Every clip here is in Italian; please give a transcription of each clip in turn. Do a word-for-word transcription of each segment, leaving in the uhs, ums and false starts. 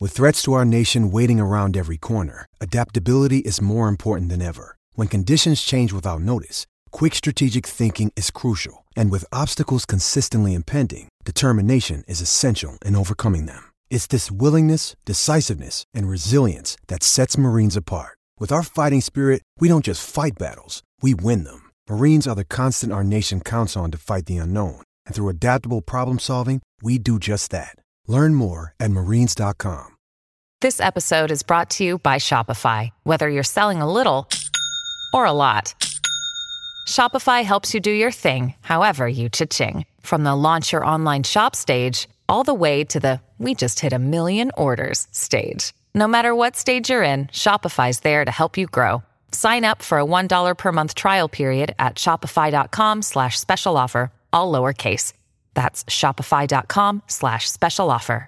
With threats to our nation waiting around every corner, adaptability is more important than ever. When conditions change without notice, quick strategic thinking is crucial. And with obstacles consistently impending, determination is essential in overcoming them. It's this willingness, decisiveness, and resilience that sets Marines apart. With our fighting spirit, we don't just fight battles, we win them. Marines are the constant our nation counts on to fight the unknown. And through adaptable problem solving, we do just that. Learn more at marines dot com. This episode is brought to you by Shopify. Whether you're selling a little or a lot, Shopify helps you do your thing, however you cha-ching. From the launch your online shop stage, all the way to the we just hit a million orders stage. No matter what stage you're in, Shopify's there to help you grow. Sign up for a one dollar per month trial period at shopify.com slash special offer, all lowercase. That's shopify.com slash special offer.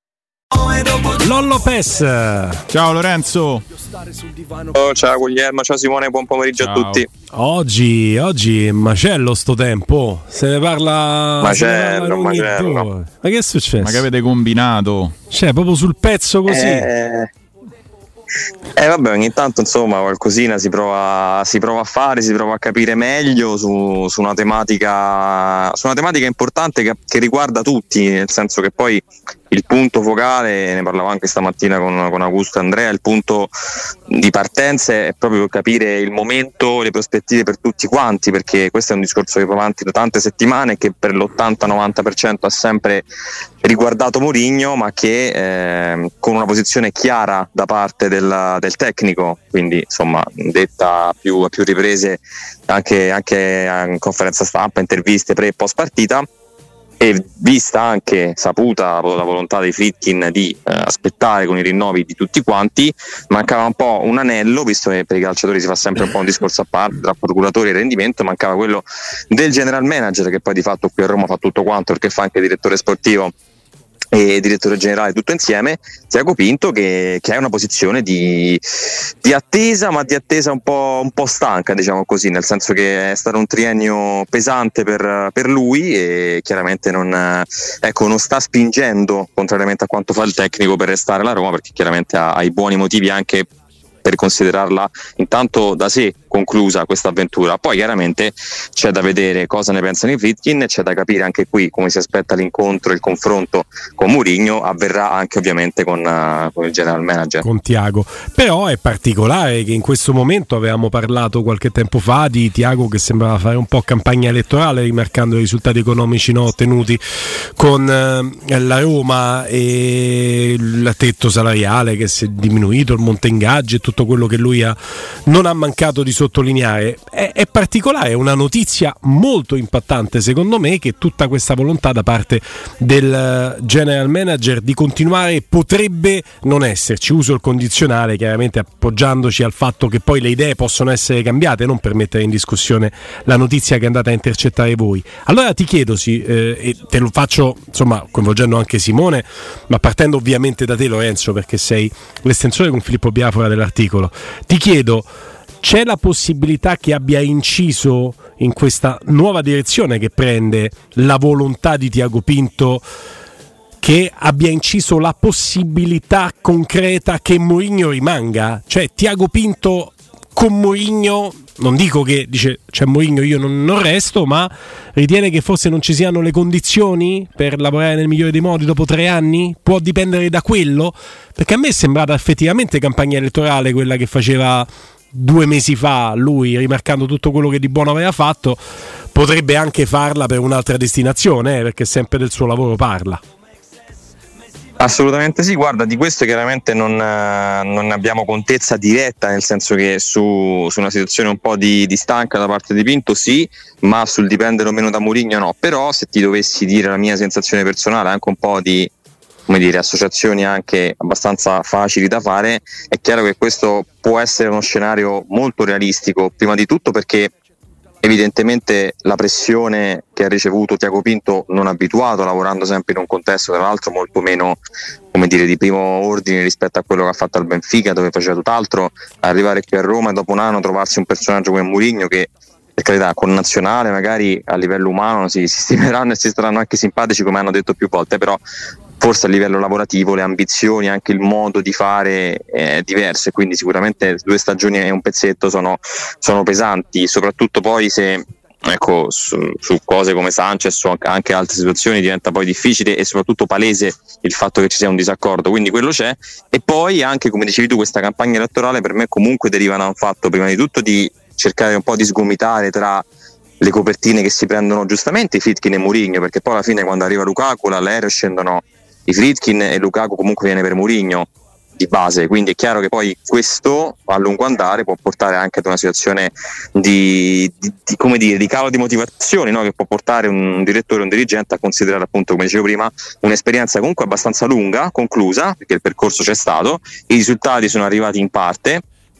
Lollo Pes. Ciao Lorenzo. Oh, ciao Guglielmo, ciao Simone, buon pomeriggio ciao. a tutti. Oggi, oggi è macello sto tempo. Se ne parla Macello, macello. Ma che è successo? Ma che avete combinato? Cioè, proprio sul pezzo così. Eh... Eh vabbè, ogni tanto insomma qualcosina si prova, si prova a fare, si prova a capire meglio su, su una tematica su una tematica importante che, che riguarda tutti, nel senso che poi il punto focale, ne parlavo anche stamattina con, con Augusto e Andrea, il punto di partenza è proprio capire il momento, le prospettive per tutti quanti, perché questo è un discorso che va avanti da tante settimane e che per l'ottanta novanta per cento ha sempre riguardato Mourinho, ma che eh, con una posizione chiara da parte del, del tecnico, quindi insomma detta a più, a più riprese anche, anche in conferenza stampa, interviste pre e post partita, e vista anche saputa la volontà dei Friedkin di eh, aspettare con i rinnovi di tutti quanti, mancava un po' un anello, visto che per i calciatori si fa sempre un po' un discorso a parte tra procuratori e rendimento, mancava quello del general manager, che poi di fatto qui a Roma fa tutto quanto, perché fa anche direttore sportivo e direttore generale tutto insieme, Tiago Pinto, che, che ha una posizione di, di attesa, ma di attesa un po', un po' stanca, diciamo così, nel senso che è stato un triennio pesante per, per lui e chiaramente non, ecco, non sta spingendo, contrariamente a quanto fa il tecnico, per restare alla Roma, perché chiaramente ha, ha i buoni motivi anche per considerarla intanto da sé conclusa questa avventura. Poi chiaramente c'è da vedere cosa ne pensano i Friedkin, c'è da capire anche qui come si aspetta l'incontro, il confronto con Mourinho avverrà anche ovviamente con, uh, con il general manager, con Tiago. Però è particolare che in questo momento, avevamo parlato qualche tempo fa di Tiago che sembrava fare un po' campagna elettorale, rimarcando i risultati economici non ottenuti con uh, la Roma e il tetto salariale che si è diminuito, il monte ingaggi e tutto quello che lui ha, non ha mancato di sottolineare. È, è particolare, è una notizia molto impattante secondo me, che tutta questa volontà da parte del general manager di continuare potrebbe non esserci, uso il condizionale chiaramente appoggiandoci al fatto che poi le idee possono essere cambiate, non per mettere in discussione la notizia che andate a intercettare voi. Allora ti chiedo, sì, eh, e te lo faccio insomma coinvolgendo anche Simone, ma partendo ovviamente da te Lorenzo, perché sei l'estensore con Filippo Biafora dell'articolo, ti chiedo: c'è la possibilità che abbia inciso in questa nuova direzione che prende la volontà di Tiago Pinto, che abbia inciso la possibilità concreta che Mourinho rimanga? Cioè Tiago Pinto con Mourinho, non dico che dice c'è Mourinho io non, non resto, ma ritiene che forse non ci siano le condizioni per lavorare nel migliore dei modi dopo tre anni? Può dipendere da quello? Perché a me è sembrata effettivamente campagna elettorale quella che faceva due mesi fa lui, rimarcando tutto quello che di buono aveva fatto. Potrebbe anche farla per un'altra destinazione, eh, perché sempre del suo lavoro parla. Assolutamente sì, guarda, di questo chiaramente non, non abbiamo contezza diretta, nel senso che su, su una situazione un po' di, di stanca da parte di Pinto sì, ma sul dipendere o meno da Mourinho no. Però se ti dovessi dire la mia sensazione personale, anche un po' di, come dire, associazioni anche abbastanza facili da fare, è chiaro che questo può essere uno scenario molto realistico, prima di tutto perché evidentemente la pressione che ha ricevuto Tiago Pinto, non abituato, lavorando sempre in un contesto tra l'altro molto meno, come dire, di primo ordine rispetto a quello che ha fatto al Benfica, dove faceva tutt'altro, arrivare qui a Roma e dopo un anno trovarsi un personaggio come Mourinho che, per carità, con nazionale magari a livello umano si, si stimeranno e si staranno anche simpatici, come hanno detto più volte, però forse a livello lavorativo le ambizioni, anche il modo di fare è diverso, e quindi sicuramente due stagioni e un pezzetto sono, sono pesanti, soprattutto poi se ecco su, su cose come Sanchez o anche altre situazioni diventa poi difficile e soprattutto palese il fatto che ci sia un disaccordo, quindi quello c'è. E poi anche, come dicevi tu, questa campagna elettorale per me comunque deriva da un fatto prima di tutto di cercare un po' di sgomitare tra le copertine che si prendono giustamente i Friedkin e Mourinho, perché poi alla fine quando arriva Lukaku dall'aereo scendono i Friedkin e Lukaku comunque viene per Mourinho di base, quindi è chiaro che poi questo a lungo andare può portare anche ad una situazione di, di, di come dire di calo di motivazioni, no? Che può portare un direttore o un dirigente a considerare, appunto, come dicevo prima, un'esperienza comunque abbastanza lunga, conclusa, perché il percorso c'è stato, i risultati sono arrivati in parte,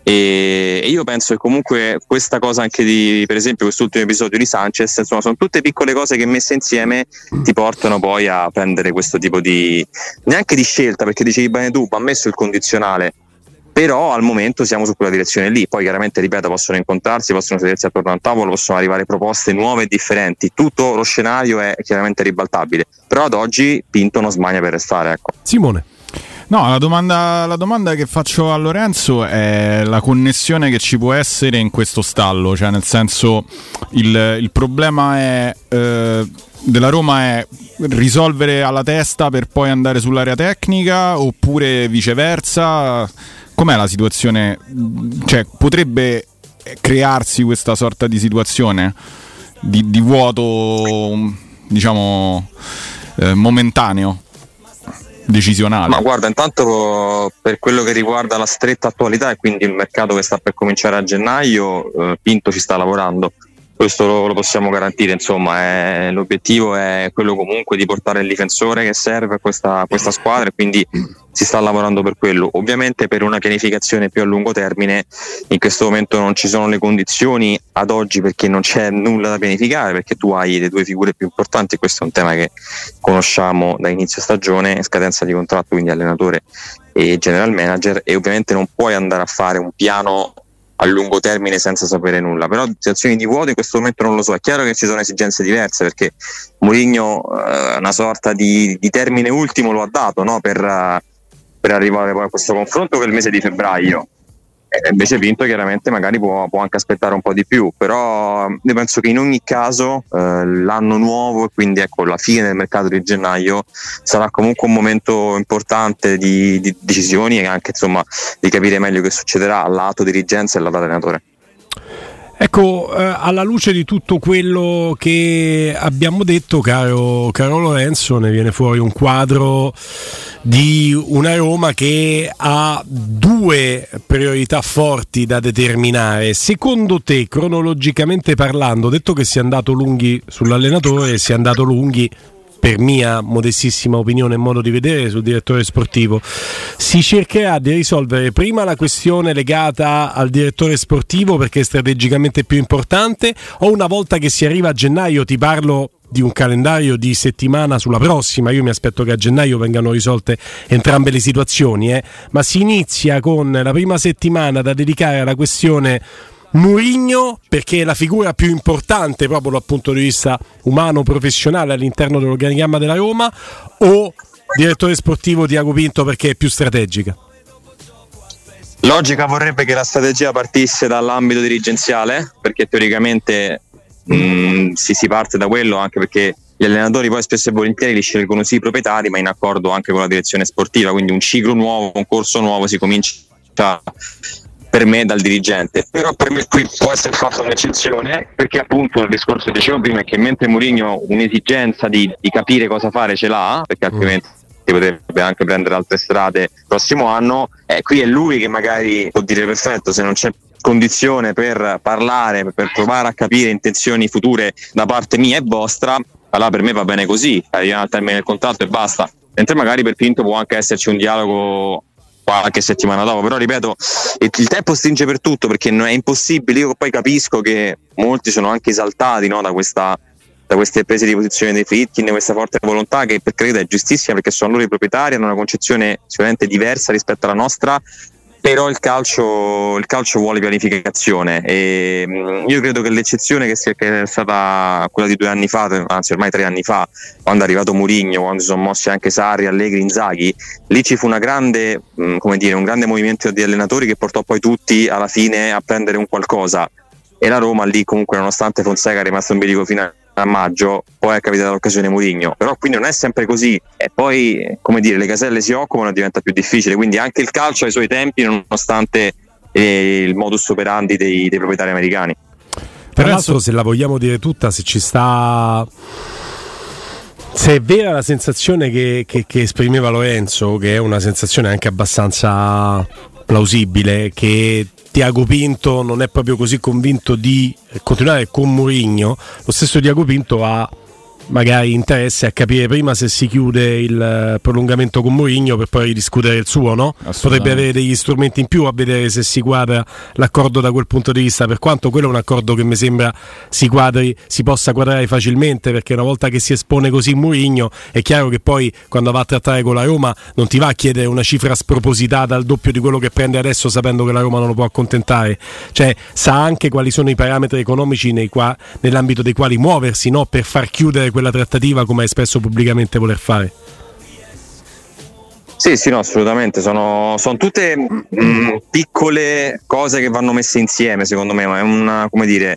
e io penso che comunque questa cosa anche di, per esempio, quest'ultimo episodio di Sanchez, insomma, sono tutte piccole cose che messe insieme ti portano poi a prendere questo tipo di, neanche di scelta, perché dicevi bene tu, ha messo il condizionale, però al momento siamo su quella direzione lì. Poi chiaramente, ripeto, possono incontrarsi, possono sedersi attorno a un tavolo, possono arrivare proposte nuove e differenti, tutto lo scenario è chiaramente ribaltabile, però ad oggi Pinto non smania per restare, ecco. Simone. No, la domanda, la domanda che faccio a Lorenzo è la connessione che ci può essere in questo stallo, cioè nel senso il, il problema è eh, della Roma è risolvere alla testa per poi andare sull'area tecnica, oppure viceversa? Com'è la situazione? Cioè, potrebbe crearsi questa sorta di situazione di, di vuoto, diciamo, eh, momentaneo, decisionale? Ma guarda, intanto per quello che riguarda la stretta attualità e quindi il mercato che sta per cominciare a gennaio, eh, Pinto ci sta lavorando, questo lo, lo possiamo garantire, insomma, è, l'obiettivo è quello comunque di portare il difensore che serve a questa, questa squadra, e quindi si sta lavorando per quello. Ovviamente per una pianificazione più a lungo termine in questo momento non ci sono le condizioni ad oggi, perché non c'è nulla da pianificare, perché tu hai le due figure più importanti, questo è un tema che conosciamo da inizio stagione, scadenza di contratto, quindi allenatore e general manager, e ovviamente non puoi andare a fare un piano a lungo termine senza sapere nulla. Però situazioni di vuoto in questo momento non lo so. È chiaro che ci sono esigenze diverse, perché Mourinho eh, una sorta di, di termine ultimo lo ha dato, no? per, uh, per arrivare poi a questo confronto, che è il mese di febbraio, e invece Pinto chiaramente magari può, può anche aspettare un po' di più, però io penso che in ogni caso eh, l'anno nuovo, e quindi ecco la fine del mercato di gennaio, sarà comunque un momento importante di, di decisioni e anche, insomma, di capire meglio che succederà al lato dirigenza e al lato allenatore. Ecco, eh, alla luce di tutto quello che abbiamo detto, caro, caro Lorenzo, ne viene fuori un quadro di una Roma che ha due priorità forti da determinare. Secondo te, cronologicamente parlando, detto che si è andato lunghi sull'allenatore, si è andato lunghi, per mia modestissima opinione e modo di vedere, sul direttore sportivo, si cercherà di risolvere prima la questione legata al direttore sportivo, perché è strategicamente più importante, o una volta che si arriva a gennaio, ti parlo di un calendario di settimana sulla prossima, io mi aspetto che a gennaio vengano risolte entrambe le situazioni, eh, ma si inizia con la prima settimana da dedicare alla questione Mourinho, perché è la figura più importante proprio dal punto di vista umano, professionale all'interno dell'organigramma della Roma, o direttore sportivo Tiago Pinto perché è più strategica? Logica vorrebbe che la strategia partisse dall'ambito dirigenziale, perché teoricamente mh, si, si parte da quello, anche perché gli allenatori poi spesso e volentieri li scelgono sì i proprietari, ma in accordo anche con la direzione sportiva, quindi un ciclo nuovo, un corso nuovo si comincia per me dal dirigente. Però per me qui può essere fatta un'eccezione, perché appunto il discorso che dicevo prima è che mentre Mourinho un'esigenza di, di capire cosa fare ce l'ha, perché altrimenti mm. potrebbe anche prendere altre strade il prossimo anno, eh, qui è lui che magari può dire perfetto, se non c'è condizione per parlare, per provare a capire intenzioni future da parte mia e vostra, allora per me va bene così, arriviamo al termine del contratto e basta. Mentre magari per Pinto può anche esserci un dialogo qualche settimana dopo, però ripeto, il tempo stringe per tutto, perché non è impossibile. Io poi capisco che molti sono anche esaltati, no, da questa da queste prese di posizione dei Friedkin, questa forte volontà che per carità è giustissima, perché sono loro i proprietari, hanno una concezione sicuramente diversa rispetto alla nostra, però il calcio, il calcio vuole pianificazione e mh, io credo che l'eccezione che, sia, che è stata quella di due anni fa, anzi ormai tre anni fa, quando è arrivato Mourinho, quando si sono mossi anche Sarri, Allegri, Inzaghi, lì ci fu una grande, mh, come dire, un grande movimento di allenatori che portò poi tutti alla fine a prendere un qualcosa, e la Roma lì comunque, nonostante Fonseca è rimasto in bilico fino a a maggio, poi è capitata l'occasione Mourinho, però quindi non è sempre così, e poi, come dire, le caselle si occupano e diventa più difficile, quindi anche il calcio ha i suoi tempi nonostante eh, il modus operandi dei, dei proprietari americani. Tra l'altro, se la vogliamo dire tutta, se ci sta, se è vera la sensazione che, che, che esprimeva Lorenzo, che è una sensazione anche abbastanza plausibile, che Tiago Pinto non è proprio così convinto di continuare con Mourinho, lo stesso Tiago Pinto ha magari interesse a capire prima se si chiude il prolungamento con Mourinho per poi ridiscutere il suo, no? Potrebbe avere degli strumenti in più a vedere se si quadra l'accordo da quel punto di vista, per quanto quello è un accordo che mi sembra si quadri, si possa quadrare facilmente, perché una volta che si espone così Mourinho è chiaro che poi quando va a trattare con la Roma non ti va a chiedere una cifra spropositata al doppio di quello che prende adesso, sapendo che la Roma non lo può accontentare, cioè sa anche quali sono i parametri economici nei qua, nell'ambito dei quali muoversi, no? Per far chiudere quella trattativa, come hai espresso pubblicamente voler fare. Sì, sì, no, assolutamente, sono, sono tutte mh, piccole cose che vanno messe insieme, secondo me, ma è una, come dire,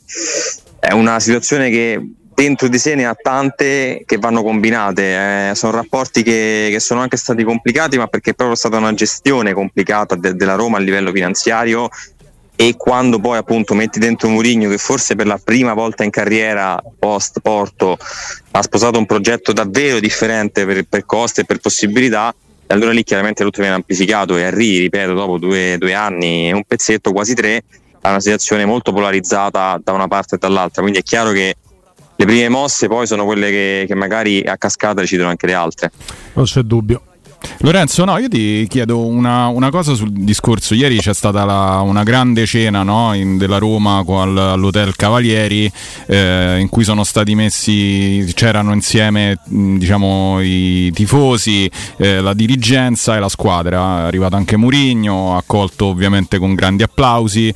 è una situazione che dentro di sé ne ha tante che vanno combinate, eh, sono rapporti che, che sono anche stati complicati, ma perché è proprio stata una gestione complicata de- della Roma a livello finanziario. E quando poi appunto metti dentro Mourinho, che forse per la prima volta in carriera post Porto ha sposato un progetto davvero differente per, per costi e per possibilità, e allora lì chiaramente tutto viene amplificato e arrivi, ripeto, dopo due, due anni e un pezzetto, quasi tre, a una situazione molto polarizzata da una parte e dall'altra, quindi è chiaro che le prime mosse poi sono quelle che, che magari a cascata decidono anche le altre. Non c'è dubbio. Lorenzo, no, io ti chiedo una, una cosa sul discorso. Ieri c'è stata la, una grande cena, no, in, della Roma con, all'Hotel Cavalieri, eh, in cui sono stati messi, c'erano insieme mh, diciamo i tifosi, eh, la dirigenza e la squadra. È arrivato anche Mourinho, accolto ovviamente con grandi applausi,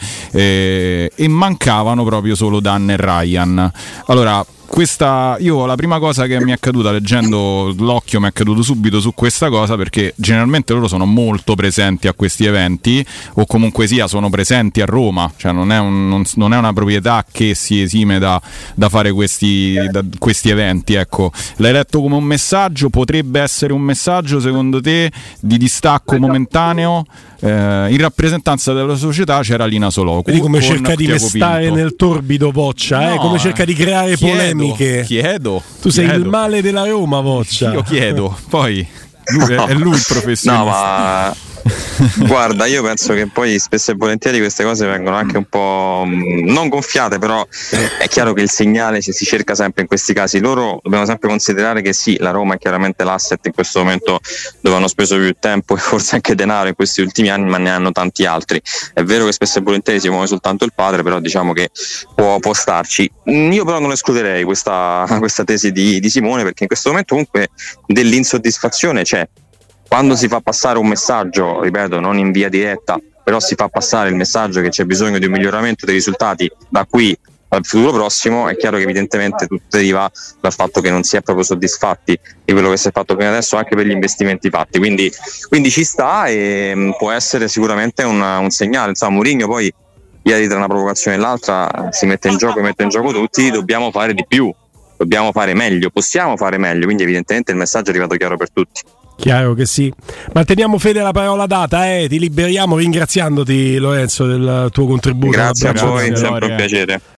eh, e mancavano proprio solo Dan e Ryan. Allora, questa, io la prima cosa che mi è accaduta leggendo, l'occhio mi è caduto subito su questa cosa, perché generalmente loro sono molto presenti a questi eventi, o comunque sia sono presenti a Roma, cioè non è, un, non, non è una proprietà che si esime da, da fare questi, da, questi eventi, ecco. L'hai letto come un messaggio? Potrebbe essere un messaggio secondo te di distacco momentaneo? Eh, in rappresentanza della società c'era Lina Soloku. Vedi come cerca di mestare nel torbido Voccia, no, eh? Come cerca di creare chiedo, polemiche. Chiedo. Tu sei chiedo. il male della Roma, Voccia. Io chiedo, poi lui, no. è lui il professionista. No, ma guarda, io penso che poi spesso e volentieri queste cose vengono anche un po' mh, non gonfiate, però è chiaro che il segnale si cerca sempre in questi casi. Loro dobbiamo sempre considerare che sì, la Roma è chiaramente l'asset in questo momento dove hanno speso più tempo e forse anche denaro in questi ultimi anni, ma ne hanno tanti altri. È vero che spesso e volentieri si muove soltanto il padre, però diciamo che può, può starci. Io però non escluderei questa, questa tesi di, di Simone, perché in questo momento comunque dell'insoddisfazione c'è. Quando si fa passare un messaggio, ripeto, non in via diretta, però si fa passare il messaggio che c'è bisogno di un miglioramento dei risultati da qui al futuro prossimo, è chiaro che evidentemente tutto deriva dal fatto che non si è proprio soddisfatti di quello che si è fatto fino adesso, anche per gli investimenti fatti, quindi, quindi ci sta e mh, può essere sicuramente una, un segnale. Insomma, Mourinho poi ieri tra una provocazione e l'altra si mette in gioco, mette in gioco tutti, dobbiamo fare di più, dobbiamo fare meglio, possiamo fare meglio, quindi evidentemente il messaggio è arrivato chiaro per tutti. Chiaro che sì. Manteniamo fede alla parola data, eh? Ti liberiamo ringraziandoti, Lorenzo, del tuo contributo. Grazie a voi, sempre un piacere.